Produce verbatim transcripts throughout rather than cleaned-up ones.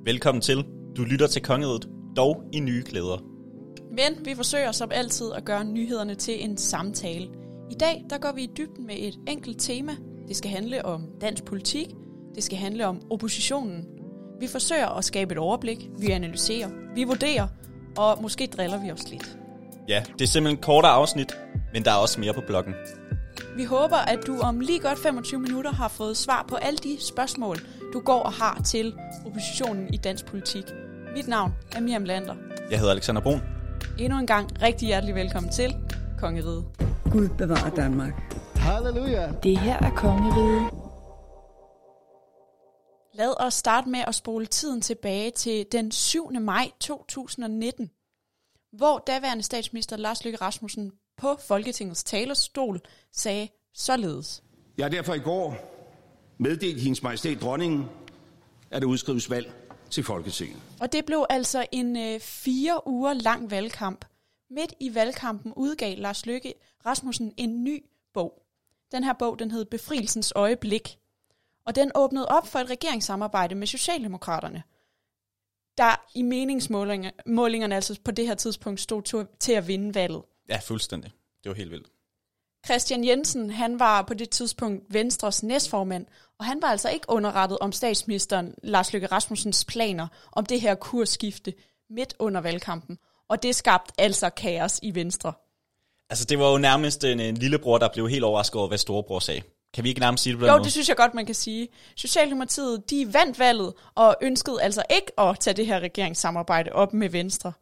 Velkommen til. Du lytter til Kongeriget, dog i nye klæder. Men vi forsøger som altid at gøre nyhederne til en samtale. I dag der går vi i dybden med et enkelt tema. Det skal handle om dansk politik. Det skal handle om oppositionen. Vi forsøger at skabe et overblik. Vi analyserer. Vi vurderer. Og måske driller vi os lidt. Ja, det er simpelthen et kortere afsnit, men der er også mere på bloggen. Vi håber, at du om lige godt femogtyve minutter har fået svar på alle de spørgsmål, du går og har til oppositionen i dansk politik. Mit navn er Miriam Lander. Jeg hedder Alexander Brun. Endnu en gang rigtig hjertelig velkommen til Kongeriget. Gud bevarer Danmark. Halleluja. Det her er Kongeriget. Lad os starte med at spole tiden tilbage til den syvende maj to tusind nitten, hvor daværende statsminister Lars Løkke Rasmussen på Folketingets talerstol sagde således. Jeg har derfor i går meddelt hendes majestæt dronningen, at der udskrives valg til Folketinget. Og det blev altså en øh, fire uger lang valgkamp. Midt i valgkampen udgav Lars Løkke Rasmussen en ny bog. Den her bog, den hed Befrielsens øjeblik. Og den åbnede op for et regeringssamarbejde med Socialdemokraterne, der i meningsmålingerne altså på det her tidspunkt stod til at vinde valget. Ja, fuldstændig. Det var helt vildt. Kristian Jensen, han var på det tidspunkt Venstres næstformand, og han var altså ikke underrettet om statsministeren Lars Løkke Rasmussens planer om det her kursskifte midt under valgkampen. Og det skabte altså kaos i Venstre. Altså, det var jo nærmest en, en lillebror, der blev helt overrasket over, hvad storebror sagde. Kan vi ikke nærmest sige det på den Jo, måde? det synes jeg godt, man kan sige. Socialdemokratiet, de vandt valget og ønskede altså ikke at tage det her regeringssamarbejde op med Venstre.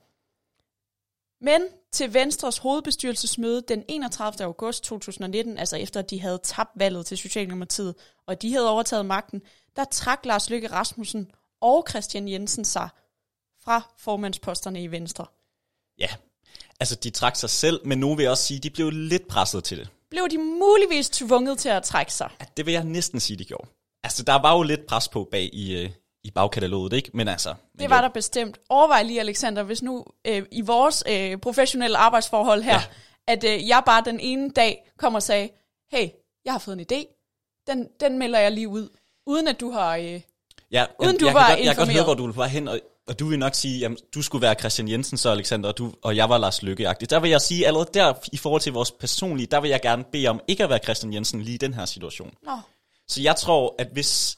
Men til Venstres hovedbestyrelsesmøde den enogtredivte august to tusind nitten, altså efter at de havde tabt valget til Socialdemokratiet, og de havde overtaget magten, der trak Lars Løkke Rasmussen og Kristian Jensen sig fra formandsposterne i Venstre. Ja, altså de trak sig selv, men nu vil jeg også sige, at de blev lidt presset til det. Blev de muligvis tvunget til at trække sig? Ja, det vil jeg næsten sige, de gjorde. Altså, der var jo lidt pres på bag i, øh, i bagkataloget, ikke? Men altså... Men det var jo. der bestemt. Overvej lige, Alexander, hvis nu øh, i vores øh, professionelle arbejdsforhold her, ja. at øh, jeg bare den ene dag kommer og sagde, hey, jeg har fået en idé, den, den melder jeg lige ud, uden at du har... Øh, ja, uden jeg, du jeg var kan godt, informeret. Jeg kan godt høre, hvor du vil være hen, og, og du vil nok sige, jamen, du skulle være Kristian Jensen, så Alexander, og, du, og jeg var Lars Løkke-agtig. Der vil jeg sige, allerede der, i forhold til vores personlige, der vil jeg gerne bede om ikke at være Kristian Jensen lige i den her situation. Nå. Så jeg tror, at hvis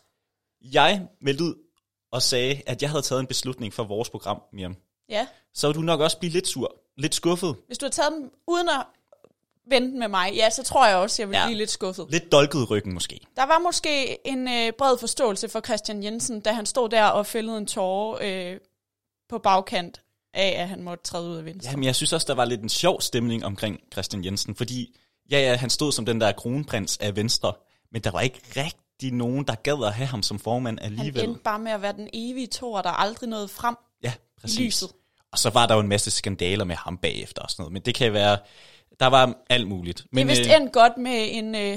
jeg meldte ud og sagde, at jeg havde taget en beslutning for vores program, Miriam, ja. så ville du nok også blive lidt sur, lidt skuffet. Hvis du havde taget dem uden at vente med mig, ja, så tror jeg også, jeg ville ja. blive lidt skuffet. Lidt dolket ryggen måske. Der var måske en øh, bred forståelse for Kristian Jensen, da han stod der og fældede en tåre øh, på bagkant af, at han måtte træde ud af Venstre. Jamen, jeg synes også, der var lidt en sjov stemning omkring Kristian Jensen, fordi ja, ja, han stod som den der kronprins af Venstre, men der var ikke rigtig nogen, der gad at have ham som formand alligevel. Han endte bare med at være den evige toer, der aldrig nåede frem ja, præcis. i lyset. Og så var der jo en masse skandaler med ham bagefter og sådan noget, men det kan være, der var alt muligt. Men, det er vist øh, endt godt med en øh,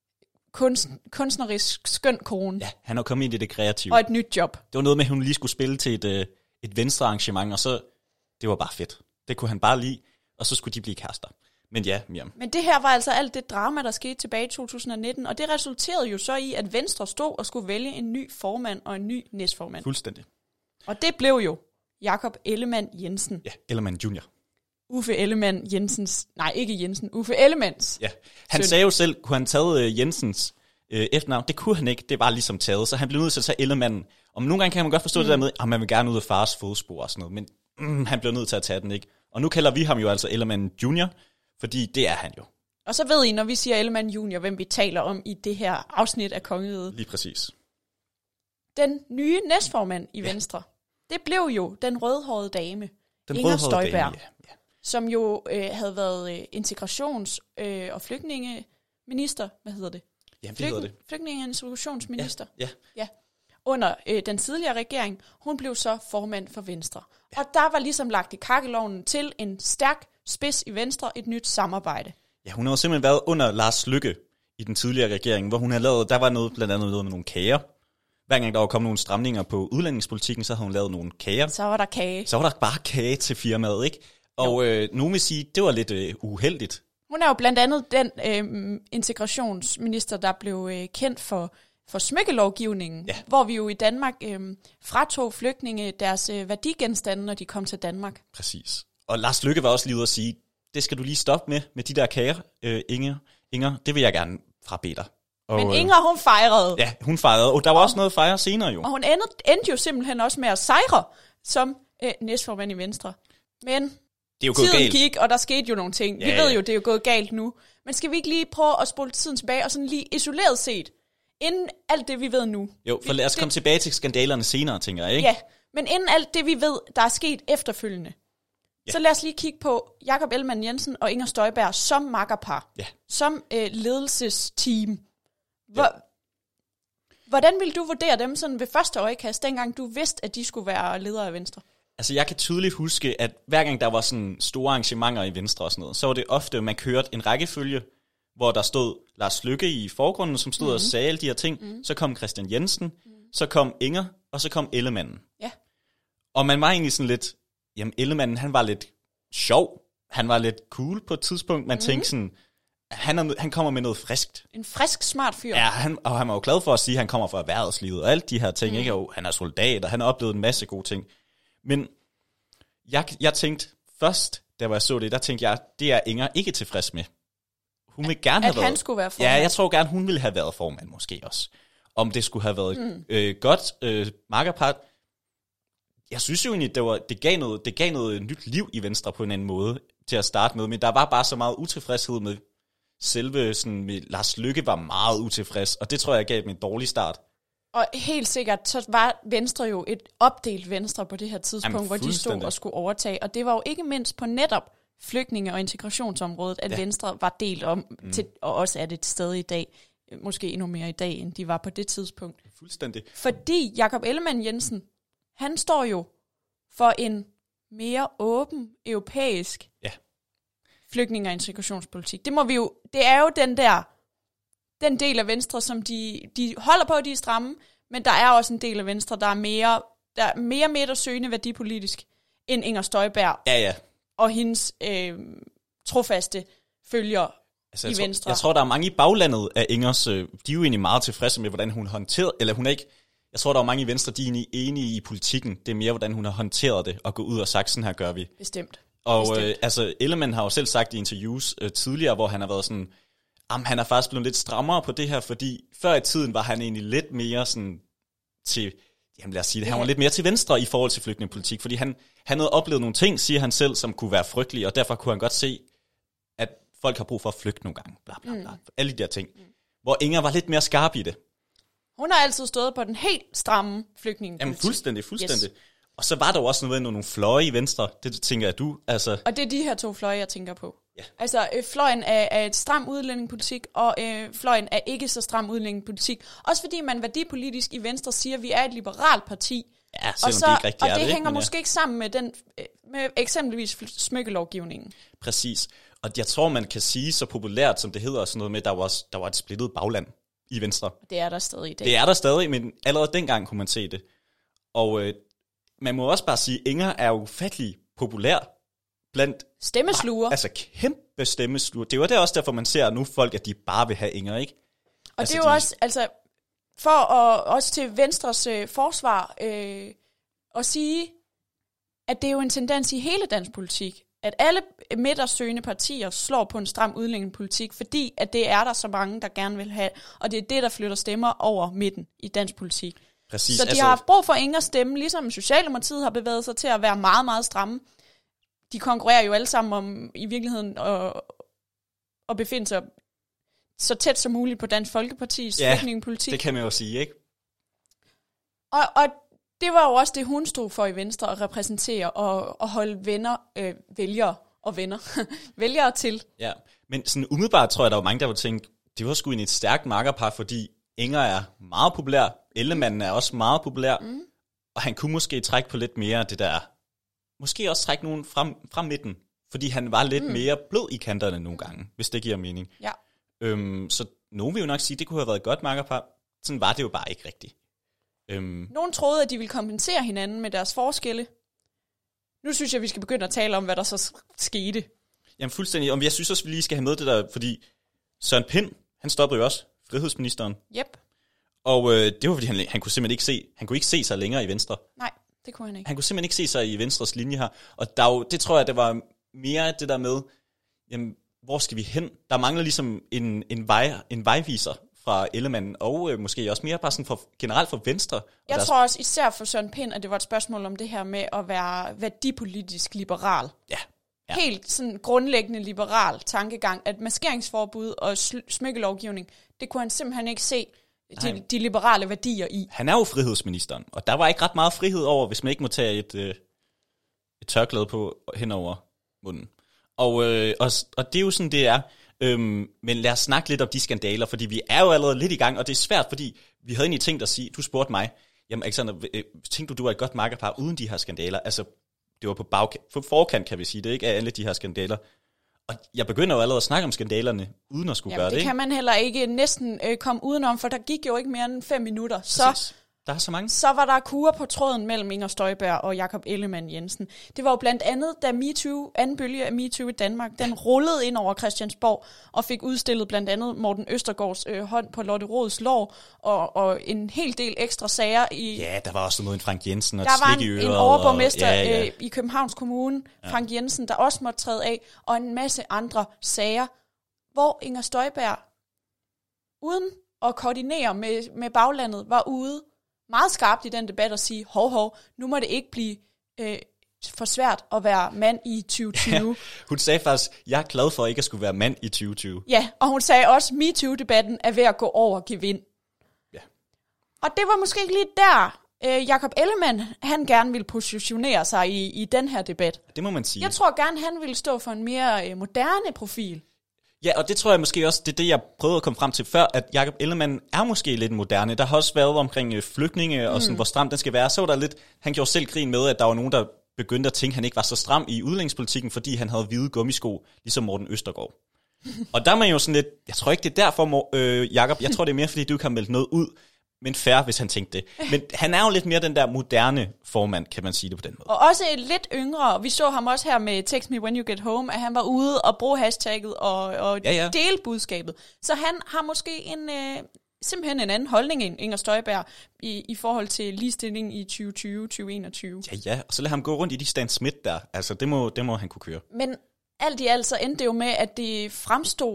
kunst, kunstnerisk skøn kone. Ja, han har kommet ind i det kreative. Og et nyt job. Det var noget med, at hun lige skulle spille til et, øh, et venstre arrangement, og så, det var bare fedt. Det kunne han bare lide, og så skulle de blive kærester. Men ja, Miriam. Men det her var altså alt det drama, der skete tilbage i to tusind nitten, og det resulterede jo så i, at Venstre stod og skulle vælge en ny formand og en ny næstformand. Fuldstændig. Og det blev jo Jakob Ellemann Jensen. Ja, Ellemann junior Uffe Ellemann Jensens, nej ikke Jensen, Uffe Ellemanns. Ja, han søn. sagde jo selv, kunne han taget uh, Jensens uh, efternavn? Det kunne han ikke, det var ligesom taget, så han blev nødt til at tage Ellemann. Og nogle gange kan man godt forstå mm. det der med, at man vil gerne ud af fars fodspor og sådan noget, men mm, han blev nødt til at tage den, ikke? Og nu kalder vi ham jo altså Ellemann junior, fordi det er han jo. Og så ved I, når vi siger Ellemann junior, hvem vi taler om i det her afsnit af Kongeriget. Lige præcis. Den nye næstformand i ja. Venstre, det blev jo den rødhårede dame, den Inger Støjberg, dame, ja. Ja. som jo øh, havde været øh, integrations- øh, og flygtningeminister, hvad hedder det? Jamen, det hedder det. Flygtninge- og integrationsminister. Ja, ja. ja. Under øh, den tidligere regering, hun blev så formand for Venstre. Ja. Og der var ligesom lagt i kakkelovnen til en stærk spids i Venstre, et nyt samarbejde. Ja, hun har jo simpelthen været under Lars Løkke i den tidligere regering, hvor hun havde lavet, der var noget, blandt andet noget med nogle kager. Hver gang der var kommet nogle stramninger på udlændingspolitikken, så havde hun lavet nogle kager. Så var der kage. Så var der bare kage til firmaet, ikke? Og øh, nogen vil sige, det var lidt øh, uheldigt. Hun er jo blandt andet den øh, integrationsminister, der blev øh, kendt for for smykkelovgivningen, Ja. hvor vi jo i Danmark øh, fratog flygtninge deres øh, værdigenstande, når de kom til Danmark. Præcis. Og Lars Løkke var også lige ude at sige, det skal du lige stoppe med, med de der kager, øh, Inger. Inger, det vil jeg gerne frabede dig. Og, Men Inger, hun fejrede. Øh, ja, hun fejrede, og der var og, også noget at fejre senere jo. Og hun endte, endte jo simpelthen også med at sejre som øh, næstformand i Venstre. Men Det er jo gået tiden galt. gik, og der skete jo nogle ting. Ja, Vi ved ja. jo, det er jo gået galt nu. Men skal vi ikke lige prøve at spole tiden tilbage, og sådan lige isoleret set, inden alt det, vi ved nu. Jo, for vi, lad os det, komme tilbage til skandalerne senere, tænker jeg, ikke? Ja, men inden alt det, vi ved, der er sket efterfølgende, Ja. så lad os lige kigge på Jakob Ellemann-Jensen og Inger Støjberg som makkerpar. Ja. Som øh, ledelsesteam. Hvor, ja. Hvordan ville du vurdere dem sådan ved første øjekast, dengang du vidste, at de skulle være ledere af Venstre? Altså, jeg kan tydeligt huske, at hver gang der var sådan store arrangementer i Venstre og sådan noget, så var det ofte, man kørte en rækkefølge, hvor der stod Lars Løkke i forgrunden, som stod mm-hmm. og sagde alle de her ting. Mm-hmm. Så kom Christian Jensen, mm-hmm. så kom Inger, og så kom Ellemann. Ja. Og man var egentlig sådan lidt, jamen Ellemann, han var lidt sjov, han var lidt cool på et tidspunkt. Man mm-hmm. tænkte sådan, han, er, han kommer med noget friskt. En frisk, smart fyr. Ja, han, og han var jo glad for at sige, at han kommer fra erhvervslivet og alle de her ting. Mm. Ikke? Og han er soldat, og han har oplevet en masse gode ting. Men jeg, jeg tænkte først, da jeg så det, der tænkte jeg, det er Inger ikke tilfreds med. Hun vil gerne at have været... At han skulle være formand. Ja, jeg tror gerne, hun ville have været formand måske også. Om det skulle have været mm. øh, godt øh, makkerpart. Jeg synes jo egentlig, det, var, det, gav noget, det gav noget nyt liv i Venstre på en anden måde til at starte med. Men der var bare så meget utilfredshed med selve... Sådan, med Lars Løkke var meget utilfreds, og det tror jeg gav dem en dårlig start. Og helt sikkert, så var Venstre jo et opdelt Venstre på det her tidspunkt, Jamen, hvor de stod og skulle overtage. Og det var jo ikke mindst på netop flygtninge- og integrationsområdet, at ja. Venstre var delt om, mm. til, og også er det et sted i dag, måske endnu mere i dag, end de var på det tidspunkt. Fuldstændig. Fordi Jakob Ellemann-Jensen, han står jo for en mere åben europæisk ja. flygtninge- og integrationspolitik. Det må vi jo, det er jo den der, den del af Venstre, som de, de holder på, at de er stramme, men der er også en del af Venstre, der er mere, der er mere midtersøgende værdipolitisk, end Inger Støjberg. Ja, ja. Og hendes øh, trofaste følger altså, i jeg tror, Venstre. Jeg tror, der er mange i baglandet af Ingers, øh, de er jo egentlig meget tilfredse med, hvordan hun håndterede, eller hun er ikke, jeg tror, der er mange i Venstre, de er enige i politikken. Det er mere, hvordan hun har håndteret det, og gå ud og sagt, sådan her gør vi. Bestemt. Og Bestemt. Øh, altså, Ellemann har jo selv sagt i interviews øh, tidligere, hvor han har været sådan, jamen, han er faktisk blevet lidt strammere på det her, fordi før i tiden var han egentlig lidt mere sådan til, jamen lad os sige det, han var lidt mere til venstre i forhold til flygtningepolitik, fordi han, han havde oplevet nogle ting, siger han selv, som kunne være frygtelige, og derfor kunne han godt se, at folk har brug for at flygte nogle gange, bla bla bla, mm. alle de der ting. Mm. Hvor Inger var lidt mere skarp i det. Hun har altid stået på den helt stramme flygtningepolitik. Jamen fuldstændig, fuldstændig. Yes. Og så var der jo også noget med nogle fløje i Venstre, det tænker jeg du, altså. Og det er de her to fløje, jeg tænker på. Ja. Altså øh, fløjen af, af et stram udlændingepolitik, og øh, fløjen af ikke så stram udlændingepolitik. Også fordi man værdipolitisk i Venstre siger, at vi er et liberalt parti. Ja, selvom og så, det ikke rigtig og er det det, hænger ikke, måske ja. ikke sammen med, den, med eksempelvis smykkelovgivningen. Præcis. Og jeg tror, man kan sige så populært, som det hedder, sådan noget med, at der var, der var et splittet bagland i Venstre. Det er der stadig i dag. Det er der stadig, men allerede dengang kunne man se det. Og øh, man må også bare sige, at Inger er ufattelig populær blandt... Stemmesluger. Altså kæmpe stemmesluger. Det var det også derfor, man ser nu folk, at de bare vil have Inger, ikke? Og altså, det er jo de... også, altså, for at, også til Venstres øh, forsvar, øh, at sige, at det er jo en tendens i hele dansk politik, at alle midtersøgende partier slår på en stram udlændingepolitik, fordi at det er der så mange, der gerne vil have, og det er det, der flytter stemmer over midten i dansk politik. Præcis, så de altså... har haft brug for Ingers stemme, ligesom Socialdemokratiet har bevæget sig til at være meget, meget stramme. De konkurrerer jo alle sammen om i virkeligheden at, at befinde sig så tæt som muligt på Dansk Folkepartis ja, flygtningepolitik. Det kan man jo sige, ikke? Og, og det var jo også det, hun stod for i Venstre, at repræsentere og, og holde venner, øh, vælgere og venner, vælgere til. Ja, men sådan umiddelbart tror jeg, der var mange, der ville tænke, det var sgu egentlig et stærkt makkerpar, fordi Inger er meget populær, Ellemann er også meget populær, mm. og han kunne måske trække på lidt mere det der, måske også trække nogen frem, frem midten, fordi han var lidt mm. mere blød i kanterne nogle gange, hvis det giver mening. Ja. Øhm, så nogen vil jo nok sige, det kunne have været et godt makkerpar. Sådan var det jo bare ikke rigtigt. Øhm. Nogen troede, at de ville kompensere hinanden med deres forskelle. Nu synes jeg, vi skal begynde at tale om, hvad der så skete. Jamen fuldstændig. Og jeg synes også, vi lige skal have med det der, fordi Søren Pind, han stoppede jo også, frihedsministeren. Yep. Og øh, det var, fordi han, han kunne simpelthen ikke se, han kunne ikke se sig længere i Venstre. Nej, det kunne han ikke. Han kunne simpelthen ikke se sig i Venstres linje her. Og der jo, det tror jeg, det var mere det der med, jamen, hvor skal vi hen? Der mangler ligesom en, en, vej, en vejviser fra Ellemann, og øh, måske også mere bare sådan for, generelt for Venstre. Jeg deres... tror også især for Søren Pind, at det var et spørgsmål om det her med at være værdipolitisk liberal. Ja. Ja. Helt sådan grundlæggende liberal tankegang, at maskeringsforbud og sl- smykkelovgivning, det kunne han simpelthen ikke se de, de liberale værdier i. Han er jo frihedsministeren, og der var ikke ret meget frihed over, hvis man ikke må tage et, øh, et tørklæde på hen over munden. Og, øh, og, og det er jo sådan, det er. Øhm, men lad os snakke lidt om de skandaler, fordi vi er jo allerede lidt i gang, og det er svært, fordi vi havde egentlig tænkt at sige, du spurgte mig, jamen Alexander, øh, tænkte du, du er et godt makkerpar uden de her skandaler? Altså, det var på bagkant, på forkant, kan vi sige det, ikke? Af alle de her skandaler. Og jeg begynder jo allerede at snakke om skandalerne, uden at skulle Jamen, gøre det, det ikke? kan man heller ikke næsten øh, komme udenom, for der gik jo ikke mere end fem minutter. Præcis. Så, der er så mange. så var der kurer på tråden mellem Inger Støjberg og Jakob Ellemann-Jensen. Det var jo blandt andet, da MeToo, anden bølge af MeToo i Danmark, den rullede ind over Christiansborg og fik udstillet blandt andet Morten Østergaards øh, hånd på Lotte Rods lår og, og en hel del ekstra sager i... Ja, der var også noget med Frank Jensen og der var slik i en, øret. en overborgmester og, ja, ja. Øh, i Københavns Kommune, Frank ja. Jensen, der også måtte træde af, og en masse andre sager, hvor Inger Støjberg, uden at koordinere med, med baglandet, var ude meget skarpt i den debat og sige, hov, hov, nu må det ikke blive øh, for svært at være mand i tyve tyve. Ja, hun sagde faktisk, jeg er glad for ikke at skulle være mand i tyve tyve. Ja, og hun sagde også, MeToo-debatten er ved at gå over gevind. Ja. Og det var måske ikke lige der, øh, Jakob Ellemann, han gerne ville positionere sig i, i den her debat. Det må man sige. Jeg tror gerne, han ville stå for en mere øh, moderne profil. Ja, og det tror jeg måske også, det er det, jeg prøvede at komme frem til før, at Jakob Ellemann er måske lidt moderne. Der har også været omkring øh, flygtninge og sådan, mm. hvor stram den skal være. Så var der lidt, han gjorde selv grin med, at der var nogen, der begyndte at tænke, at han ikke var så stram i udlændingspolitikken, fordi han havde hvide gummisko, ligesom Morten Østergaard. Og der er man jo sådan lidt, jeg tror ikke, det er derfor, øh, Jakob, jeg tror, det er mere, fordi du ikke har meldt noget ud, men fair, hvis han tænkte det. Men han er jo lidt mere den der moderne formand, kan man sige det på den måde. Og også lidt yngre. Vi så ham også her med Text Me When You Get Home, at han var ude og bruge hashtagget og, og ja, ja. dele budskabet. Så han har måske en, øh, simpelthen en anden holdning end Inger Støjberg i, i forhold til ligestilling i tyve tyve til tyve enogtyve. Ja, ja, og så lad ham gå rundt i de Stan Smith der. Altså, det må, det må han kunne køre. Men alt i alt så endte det jo med, at det fremstod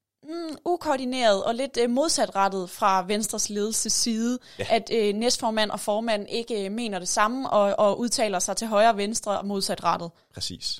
Mm, ukoordineret og lidt øh, modsatrettet fra Venstres ledelses side, ja. at øh, næstformand og formand ikke øh, mener det samme og, og udtaler sig til højre og venstre og modsatrettet. Præcis.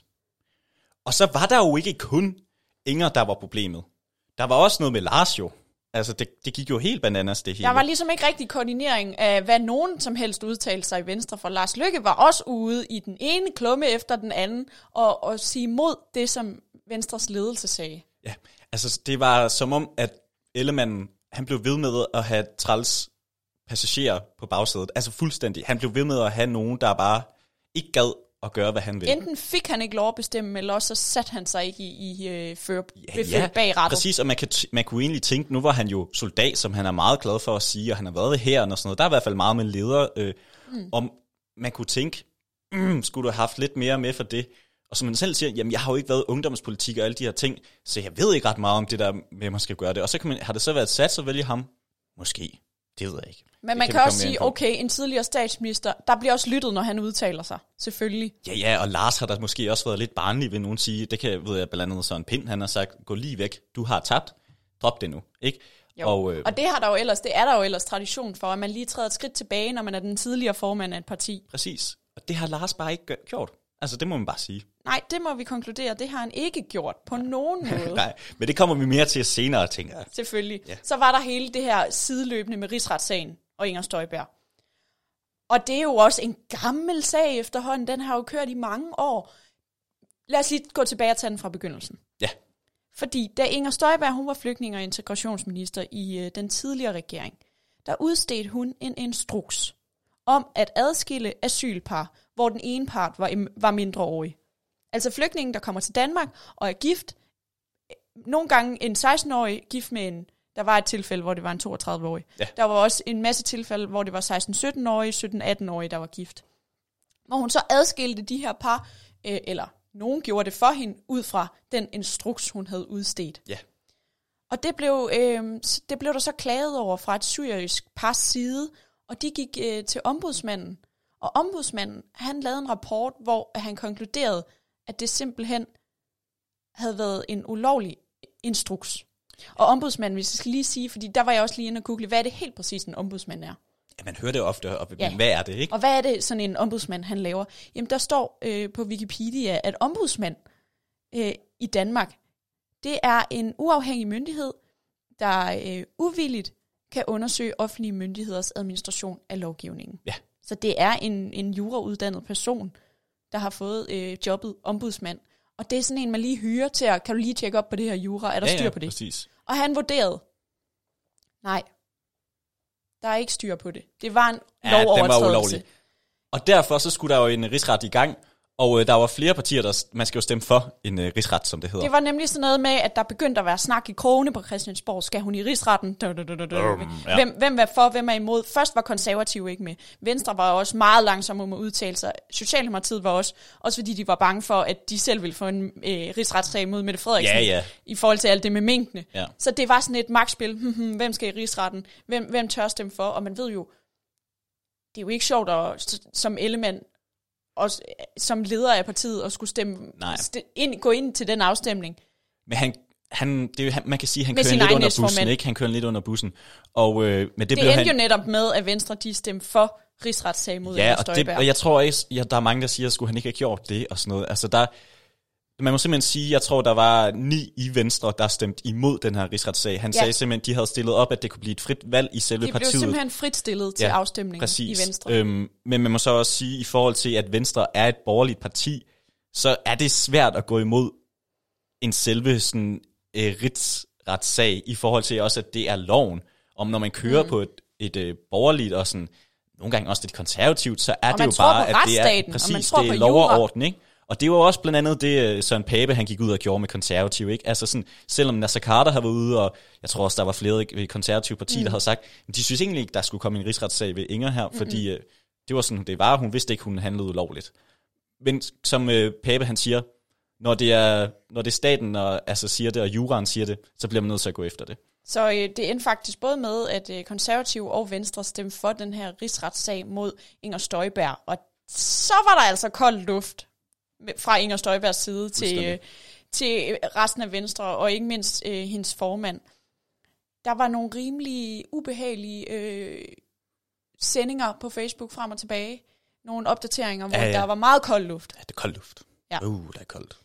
Og så var der jo ikke kun Inger, der var problemet. Der var også noget med Lars jo. Altså, det, det gik jo helt bananas, det hele. Der var ligesom ikke rigtig koordinering af, hvad nogen som helst udtalte sig i Venstre, for Lars Løkke var også ude i den ene klumme efter den anden og, og sige mod det, som Venstres ledelse sagde. Ja, altså det var som om, at Ellemann, han blev ved med at have træls passagerer på bagsædet. Altså fuldstændig. Han blev ved med at have nogen, der bare ikke gad at gøre, hvad han ville. Enten fik han ikke lov at bestemme, eller også så satte han sig ikke i, i øh, før, ja, ja, bag rattet. Præcis, og man, kan, man kunne egentlig tænke, nu var han jo soldat, som han er meget glad for at sige, og han har været i hæren og sådan noget. Der er i hvert fald meget med leder, øh, mm. om man kunne tænke, mm, skulle du have haft lidt mere med for det? Og som man selv siger, jamen jeg har jo ikke været ungdomspolitik og alle de her ting, så jeg ved ikke ret meget om det der med, at man skal gøre det. Og så kan man, har det så været sat, så vælge ham? Måske. Det ved jeg ikke. Men det man kan, kan også sige, okay, en tidligere statsminister, der bliver også lyttet, når han udtaler sig. Selvfølgelig. Ja, ja, og Lars har der måske også været lidt barnlig, ved nogen sige. Det kan, ved jeg, blandt andet Søren Pind, han har sagt, gå lige væk, du har tabt, drop det nu, ikke? Jo. Og, øh, og det, har der jo ellers, det er der jo ellers tradition for, at man lige træder et skridt tilbage, når man er den tidligere formand af et parti. Præcis. Og det har Lars bare ikke gjort. Altså, det må man bare sige. Nej, det må vi konkludere. Det har han ikke gjort på nogen måde. Nej, men det kommer vi mere til senere, tænker jeg. Selvfølgelig. Ja. Så var der hele det her sideløbende med rigsretssagen og Inger Støjberg. Og det er jo også en gammel sag efterhånden. Den har jo kørt i mange år. Lad os lige gå tilbage og tage den fra begyndelsen. Ja. Fordi da Inger Støjberg, hun var flygtninge- og integrationsminister i øh, den tidligere regering, der udstedte hun en instruks om at adskille asylpar, hvor den ene part var, var mindreårig. Altså flygtningen, der kommer til Danmark og er gift. Nogle gange en seksten-årig gift med en, der var et tilfælde, hvor det var en toogtredive-årig. Ja. Der var også en masse tilfælde, hvor det var seksten-sytten-årige, sytten-atten-årige, der var gift. Hvor hun så adskilte de her par, øh, eller nogen gjorde det for hende, ud fra den instruks, hun havde udstedt. Ja. Og det blev, øh, det blev der så klaget over fra et syrisk pars side, og de gik øh, til ombudsmanden. Og ombudsmanden, han lavede en rapport, hvor han konkluderede, at det simpelthen havde været en ulovlig instruks. Og ombudsmanden, hvis jeg skal lige sige, fordi der var jeg også lige inde og google, hvad er det helt præcis en ombudsmand er? Ja, man hører det ofte, og Ja. hvad er det, ikke? Og hvad er det, sådan en ombudsmand, han laver? Jamen, der står øh, på Wikipedia, at ombudsmand øh, i Danmark, det er en uafhængig myndighed, der øh, uvilligt kan undersøge offentlige myndigheders administration af lovgivningen. Ja. Så det er en, en jurauddannet person, der har fået øh, jobbet ombudsmand. Og det er sådan en, man lige hyrer til at, kan du lige tjekke op på det her jura, er der ja, styr ja, på det? Præcis. Og han vurderede, nej, der er ikke styr på det. Det var en Ja, den var lovovertrædelse. ulovlig. Og derfor så skulle der jo en rigsret i gang, og øh, der var flere partier, der man skal jo stemme for en øh, rigsret, som det hedder. Det var nemlig sådan noget med, at der begyndte at være snak i krogene på Christiansborg. Skal hun i rigsretten? Du, du, du, du, du. Um, ja. Hvem, hvem var for, hvem er imod? Først var konservative ikke med. Venstre var også meget langsomme om at udtale sig. Socialdemokratiet var også, også fordi de var bange for, at de selv ville få en øh, rigsretssag mod Mette Frederiksen. Ja, ja. I forhold til alt det med minkene. Ja. Så det var sådan et magtspil. Hvem skal i rigsretten? Hvem, hvem tør stemme for? Og man ved jo, det er jo ikke sjovt at, som element, også som leder af partiet, at skulle stemme, st- ind, gå ind til den afstemning. Men han, han, det er jo, han, man kan sige, han Med kører sin lidt egen under bussen, næstformand. ikke? Han kører lidt under bussen. Og, øh, men det, Det blev endte han, jo netop med, at Venstre de stemte for rigsretssag mod ja, Inger og, det, Støjberg. og jeg tror ikke, ja, der er mange, der siger, at skulle han ikke have gjort det og sådan noget. Altså der, man må simpelthen sige, jeg tror, der var ni i Venstre, der stemte imod den her rigsretssag. Han Ja. sagde simpelthen, de havde stillet op, at det kunne blive et frit valg i selve de blev partiet. simpelthen fritstillet til Ja, afstemningen præcis. i Venstre. Øhm, men man må så også sige, i forhold til, at Venstre er et borgerligt parti, så er det svært at gå imod en selve sådan, øh, rigsretssag, i forhold til også, at det er loven. Om når man kører mm. på et, et øh, borgerligt og sådan, nogle gange også lidt konservativt, så er Og det man jo tror bare, på at det er retsstaten, og præcis, man tror det er på lov og jura. orden, ikke? Og det var også blandt andet det, Søren Pape, han gik ud og gjorde med konservative, ikke? Altså sådan, selvom Naser Khader har været ude, og jeg tror også, der var flere i konservative parti, mm. der havde sagt, men de synes egentlig ikke, der skulle komme en rigsretssag ved Inger her, mm-hmm. fordi øh, det var sådan, det var, hun vidste ikke, hun handlede ulovligt. Men som øh, Pape, han siger, når det er, når det er staten, og, altså siger det, og juraen siger det, så bliver man nødt til at gå efter det. Så øh, det endte faktisk både med, at øh, konservative og Venstre stemte for den her rigsretssag mod Inger Støjberg. Og så var der altså kold luft fra Inger Støjbergs side til, øh, til resten af Venstre, og ikke mindst øh, hendes formand. Der var nogle rimelig ubehagelige øh, sendinger på Facebook frem og tilbage. Nogle opdateringer, hvor ja, ja. der var meget kold luft. Ja, det er kold luft. Ja. Uh, det er koldt.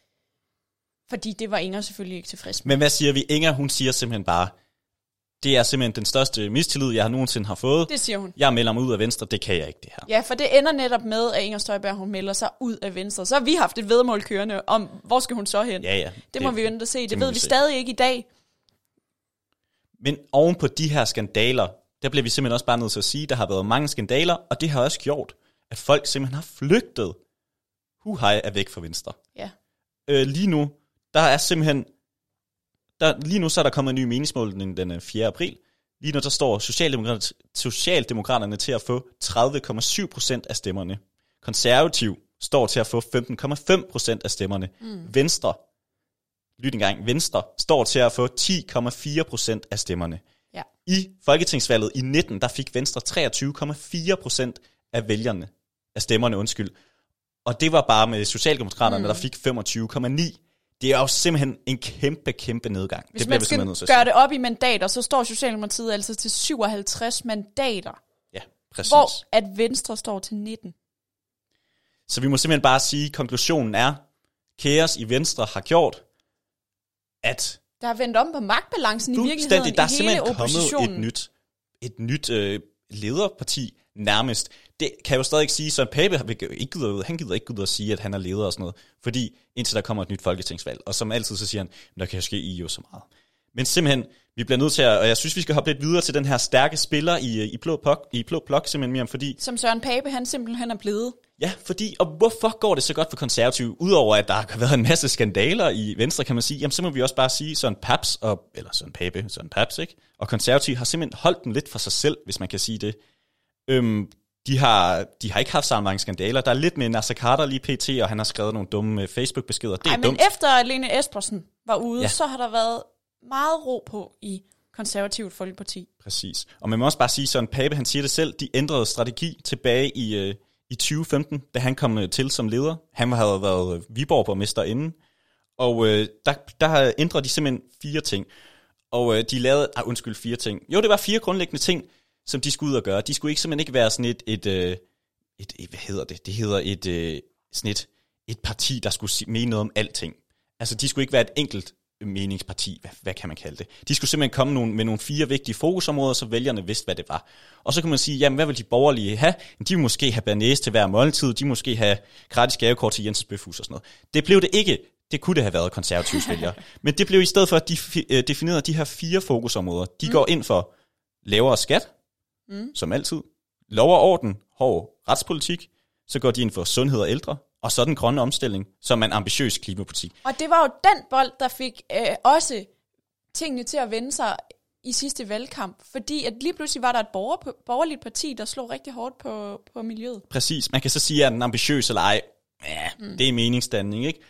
Fordi det var Inger selvfølgelig ikke tilfreds med. Men hvad siger vi? Inger, hun siger simpelthen bare, det er simpelthen den største mistillid, jeg har nogensinde har fået. Det siger hun. Jeg melder mig ud af Venstre, det kan jeg ikke, det her. Ja, for det ender netop med, at Inger Støjberg, hun melder sig ud af Venstre. Så har vi haft et vedmål kørende om, hvor skal hun så hen? Ja, ja. Det, det må vi vente og se. Det, det ved vi, vi stadig ikke i dag. Men oven på de her skandaler, der bliver vi simpelthen også bare nødt til at sige, der har været mange skandaler, og det har også gjort, at folk simpelthen har flygtet. Huhej er væk fra Venstre. Ja. Øh, lige nu, der er simpelthen, der, lige nu så er der kommet en ny meningsmåling den fjerde april. Lige nu der står Socialdemokrat, Socialdemokraterne til at få tredive komma syv procent af stemmerne. Konservativ står til at få femten komma fem procent af stemmerne. Mm. Venstre, lyt engang, Venstre står til at få ti komma fire procent af stemmerne. Ja. I folketingsvalget i nitten, der fik Venstre treogtyve komma fire procent af vælgerne, af stemmerne, undskyld. Og det var bare med Socialdemokraterne, mm. der fik femogtyve komma ni. Det er jo simpelthen en kæmpe, kæmpe nedgang. Hvis det man skal gøre det op i mandater, så står Socialdemokratiet altså til syvoghalvtreds mandater. Ja, præcis. Hvor at Venstre står til nitten. Så vi må simpelthen bare sige, at konklusionen er, kaos i Venstre har gjort, at der er vendt om på magtbalancen i virkeligheden der er i hele simpelthen oppositionen. kommet et nyt, et nyt øh, lederparti nærmest. Det kan jeg jo stadig ikke sige, så Pape ikke gider, han gider ikke ud og sige, at han er leder og sådan noget, fordi indtil der kommer et nyt folketingsvalg, og som altid så siger han, der kan jo ske i jo så meget. Men simpelthen, vi bliver nødt til at, og jeg synes, vi skal hoppe lidt videre til den her stærke spiller i, i blå plok, i blå plok simpelthen mere, fordi... Som Søren Pape, han simpelthen er blevet. Ja, fordi, og hvorfor går det så godt for konservative? Udover at der har været en masse skandaler i Venstre, kan man sige, jamen så må vi også bare sige, Søren Paps, og, eller Søren Pape, Søren Paps, ikke? Og konservative har simpelthen holdt den lidt for sig selv, hvis man kan sige det. Øhm, de, har, de har ikke haft så mange skandaler. Der er lidt med Naser Khader lige pt, og han har skrevet nogle dumme Facebook-beskeder. Det er Ej, men dumt. efter Lene Espersen var ude, ja. så har der været meget ro på i Konservativt Folkeparti. Præcis. Og man må også bare sige, Søren Pape, han siger det selv, de ændrede strategi tilbage i, øh, i tyve femten, da han kom øh, til som leder. Han havde været Viborg-borgmester inden, og øh, der, der ændrede de simpelthen fire ting. Og øh, de lavede, ah, undskyld, fire ting. Jo, det var fire grundlæggende ting, som de skulle ud og gøre. De skulle ikke simpelthen ikke være sådan et, et, et, et, et hvad hedder det? Det hedder et, et, sådan et, et parti, der skulle mene noget om alting. Altså, de skulle ikke være et enkelt meningsparti, hvad, hvad kan man kalde det? De skulle simpelthen komme nogle, med nogle fire vigtige fokusområder, så vælgerne vidste, hvad det var. Og så kan man sige, jamen, hvad vil de borgerlige have? De vil måske have bernæse til hver måltid, de vil måske have gratis gavekort til Jensens Bøfhus og sådan noget. Det blev det ikke. Det kunne det have været konservative vælgere. Men det blev i stedet for, at de definerede de her fire fokusområder. De mm. går ind for lavere skat, mm. som altid, lov og orden, hård retspolitik, så går de ind for sundhed og ældre, og så den grønne omstilling, som er en ambitiøs klimapolitik. Og det var jo den bold, der fik øh, også tingene til at vende sig i sidste valgkamp, fordi at lige pludselig var der et borger, borgerligt parti, der slog rigtig hårdt på, på miljøet. Præcis. Man kan så sige, at den ambitiøs eller ej, ja, mm. det er meningsdannelse, ikke?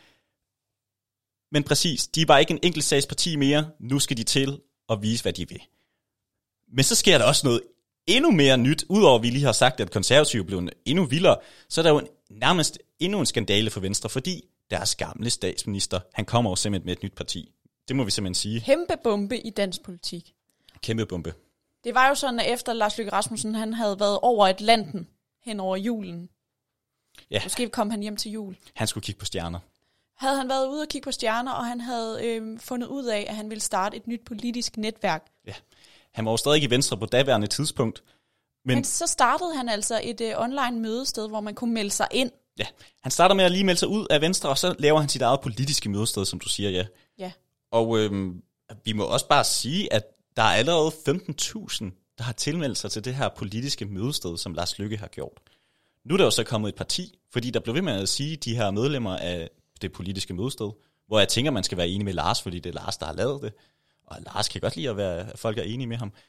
Men præcis, de var ikke en enkeltsagsparti mere, nu skal de til at vise, hvad de vil. Men så sker der også noget endnu mere nyt, udover at vi lige har sagt, at konservative blev endnu vildere, så er der jo en, nærmest endnu en skandale for Venstre, fordi deres gamle statsminister, han kommer jo simpelthen med et nyt parti. Det må vi simpelthen sige. Kæmpe bombe i dansk politik. Kæmpe bombe. Det var jo sådan, at efter Lars Løkke Rasmussen, han havde været over Atlanten hen over julen. Ja. Måske kom han hjem til jul. Han skulle kigge på stjerner. Havde han været ude og kigge på stjerner, og han havde øh, fundet ud af, at han ville starte et nyt politisk netværk. Ja, han var jo stadig i Venstre på daværende tidspunkt. Men, men så startede han altså et øh, online mødested, hvor man kunne melde sig ind. Ja, han starter med at lige melde sig ud af Venstre, og så laver han sit eget politiske mødested, som du siger, ja. Ja. Og øh, vi må også bare sige, at der er allerede femten tusind, der har tilmeldt sig til det her politiske mødested, som Lars Løkke har gjort. Nu er der jo så kommet et parti, fordi der blev ved med at sige, de her medlemmer af det politiske mødested, hvor jeg tænker, man skal være enig med Lars, fordi det er Lars, der har lavet det, og Lars kan godt lide at, være, at folk er enige med ham.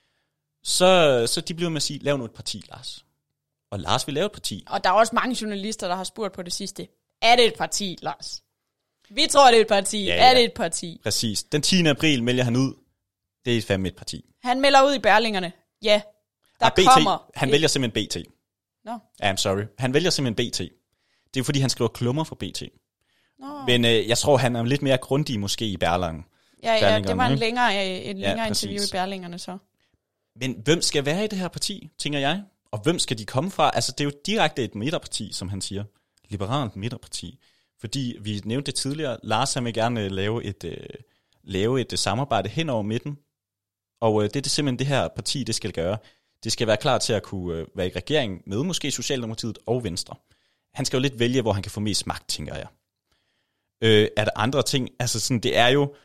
Så, så de bliver med at sige, lav nu et parti, Lars. Og Lars vil lave et parti. Og der er også mange journalister, der har spurgt på det sidste, er det et parti, Lars? Vi tror, det er et parti. Ja, ja. Er det et parti? Præcis. Den tiende april melder han ud, det er fandme et parti. Han melder ud i Berlingerne. Ja, der ah, B T. kommer... Han vælger simpelthen B T. No. I'm sorry. Han vælger simpelthen B T. Det er fordi, han skriver klummer for B T. No. Men øh, jeg tror, han er lidt mere grundig måske i Berlingen. Ja, ja, det var en længere, en længere ja, interview i Berlingerne så. Men hvem skal være i det her parti, tænker jeg? Og hvem skal de komme fra? Altså, det er jo direkte et midterparti, som han siger. Liberalt midterparti. Fordi, vi nævnte det tidligere, Lars han vil gerne lave et, øh, lave et samarbejde hen over midten. Og øh, det er det simpelthen det her parti, det skal gøre. Det skal være klar til at kunne øh, være i regering med måske Socialdemokratiet og Venstre. Han skal jo lidt vælge, hvor han kan få mest magt, tænker jeg. Øh, er der andre ting? Altså sådan, det er jo...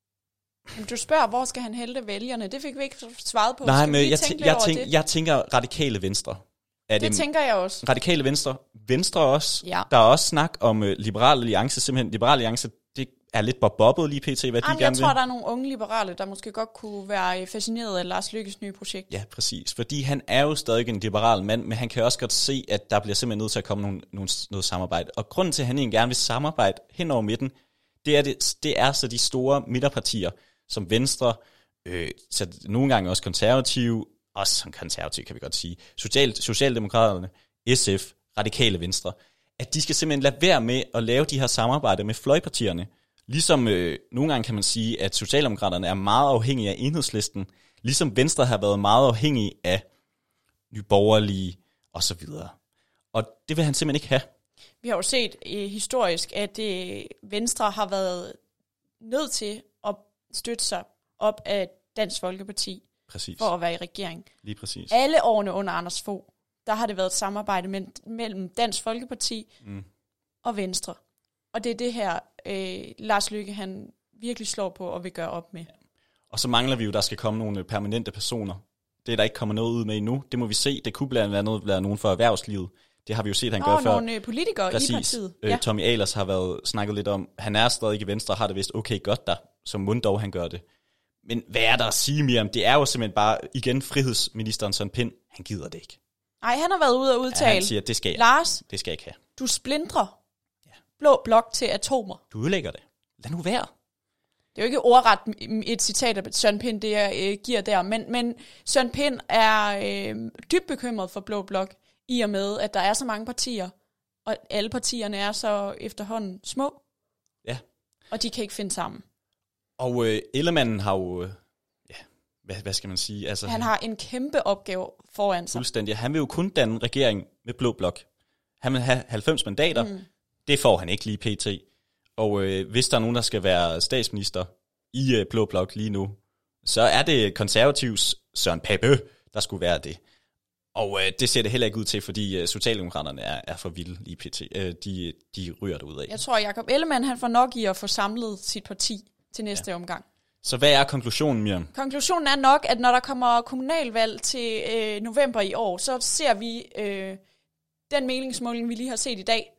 Du spørger, hvor skal han hælde vælgerne? Det fik vi ikke svaret på. Nej, men jeg, tænk, jeg, tænk, jeg tænker radikale Venstre. Er det, det tænker jeg også. Radikale Venstre. Venstre også. Ja. Der er også snak om uh, Liberal Alliance. Simpelthen Liberal Alliance, det er lidt bobbet lige pt. Hvad Jamen, de gerne jeg vil. tror, der er nogle unge liberale, der måske godt kunne være fascineret af Lars Løkkes nye projekt. Ja, præcis. Fordi han er jo stadig en liberal mand, men han kan også godt se, at der bliver simpelthen nødt til at komme nogle, nogle, noget samarbejde. Og grunden til, at han egentlig gerne vil samarbejde hen over midten, det er, det, det er så de store midterpartier, som Venstre, øh, så nogle gange også konservative, også som konservative kan vi godt sige, Social, Socialdemokraterne, S F, Radikale Venstre, at de skal simpelthen lade være med at lave de her samarbejder med fløjpartierne. Ligesom øh, nogle gange kan man sige, at Socialdemokraterne er meget afhængige af Enhedslisten, ligesom Venstre har været meget afhængige af Nye Borgerlige og så videre. Og det vil han simpelthen ikke have. Vi har jo set øh, historisk, at øh, Venstre har været nødt til at støtte sig op af Dansk Folkeparti. Præcis. For at være i regering. Lige præcis. Alle årene under Anders Fogh, der har det været et samarbejde mellem Dansk Folkeparti mm. og Venstre. Og det er det her, øh, Lars Løkke han virkelig slår på og vil gøre op med. Og så mangler vi jo, der skal komme nogle permanente personer. Det er der ikke kommet noget ud med endnu. Det må vi se. Det kunne blandt andet være nogen for erhvervslivet. Det har vi jo set, han Nå, gør før. nogle politikere Præcis. I partiet. Ja. Øh, Tommy Ahlers har været snakket lidt om, han er stadig i Venstre, har det vist okay godt der, som Mundov han gør det. Men hvad er der at sige mere om? Det er jo simpelthen bare, igen, frihedsministeren Søren Pind, han gider det ikke. Nej, han har været ude og udtale. Ja, han siger, det skal jeg. Lars, det skal jeg ikke have. Du splintrer ja. Blå blok til atomer. Du ødelægger det. Lad nu være. Det er jo ikke ordret et citat, at Søren Pind det er, øh, giver der, men, men Søren Pind er øh, dybt bekymret for Blå Blok, i og med, at der er så mange partier, og alle partierne er så efterhånden små, Ja. og de kan ikke finde sammen. Og øh, Ellemann har jo, øh, ja, hvad, hvad skal man sige? Altså, Han har en kæmpe opgave foran sig. fuldstændig. Han vil jo kun danne regering med Blå Blok. Han vil have halvfems mandater. Mm. Det får han ikke lige pt. Og øh, hvis der er nogen, der skal være statsminister i øh, Blå Blok lige nu, så er det konservativs Søren Pape, der skulle være det. Og øh, det ser det heller ikke ud til, fordi øh, Socialdemokraterne er, er for vilde lige pt. Øh, de, de ryger det ud af. Jeg tror, at Jacob Ellemann han får nok i at få samlet sit parti til næste ja. omgang. Så hvad er konklusionen, Miriam? Konklusionen er nok, at når der kommer kommunalvalg til øh, november i år, så ser vi øh, den meningsmåling, vi lige har set i dag,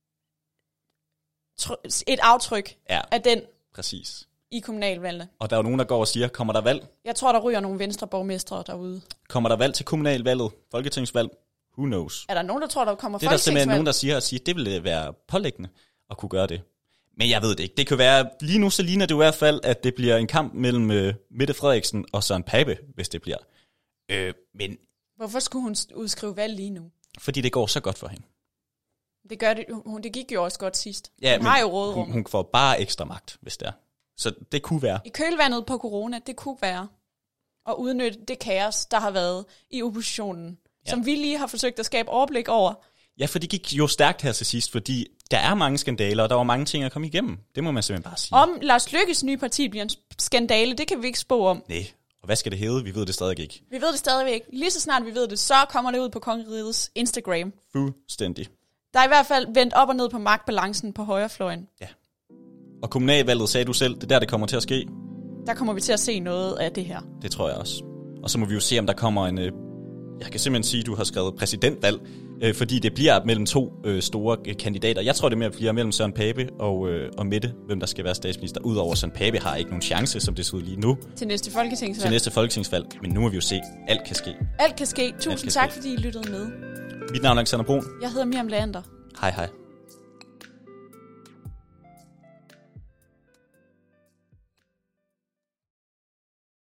tr- et aftryk Ja. af den Præcis. i kommunalvalgene. Og der er jo nogen, der går og siger, kommer der valg? Jeg tror, der ryger nogle venstreborgmestre derude. Kommer der valg til kommunalvalget? Folketingsvalg? Who knows? Er der nogen, der tror, der kommer Det er der simpelthen folketingsvalg? nogen, der siger, at siger, det ville være pålæggende at kunne gøre det. Men jeg ved det ikke. Det kan være, lige nu så ligner det i hvert fald, at det bliver en kamp mellem øh, Mette Frederiksen og Søren Pape, hvis det bliver. Øh, men Hvorfor skulle hun udskrive valg lige nu? fordi det går så godt for hende. Det, gør det, hun, det gik jo også godt sidst. Ja, hun har jo råderum. hun, hun får bare ekstra magt, hvis det er. Så det kunne være. I kølvandet på corona, det kunne være at udnytte det kaos, der har været i oppositionen, ja. som vi lige har forsøgt at skabe overblik over. Ja, for det gik jo stærkt her til sidst, fordi der er mange skandaler, og der var mange ting at komme igennem. Det må man simpelthen bare sige. Om Lars Løkkes nye parti bliver en skandale, det kan vi ikke spå om. Nej, og hvad skal det hedde? Vi ved det stadig ikke. Vi ved det stadigvæk ikke. Lige så snart vi ved det, så kommer det ud på Kongerigets Instagram. Fuldstændig. Der er i hvert fald vendt op og ned på magtbalancen på højrefløjen. Ja. Og kommunalvalget sagde du selv, det er der, det kommer til at ske. Der kommer vi til at se noget af det her. Det tror jeg også. Og så må vi jo se, om der kommer en... Øh, jeg kan simpelthen sige, at du har skrevet præsidentvalg, øh, fordi det bliver mellem to øh, store øh, kandidater. Jeg tror, det mere bliver mellem Søren Pape og, øh, og Mette, hvem der skal være statsminister. Udover Søren Pape har ikke nogen chance, som det ser ud lige nu, Til næste folketingsvalg. til næste folketingsvalg. Men nu må vi jo se, alt kan ske. Alt kan ske. Tusind kan tak, ske. fordi I lyttede med. Mit navn er Alexander Brun. Jeg hedder Miriam Leander. Hej hej.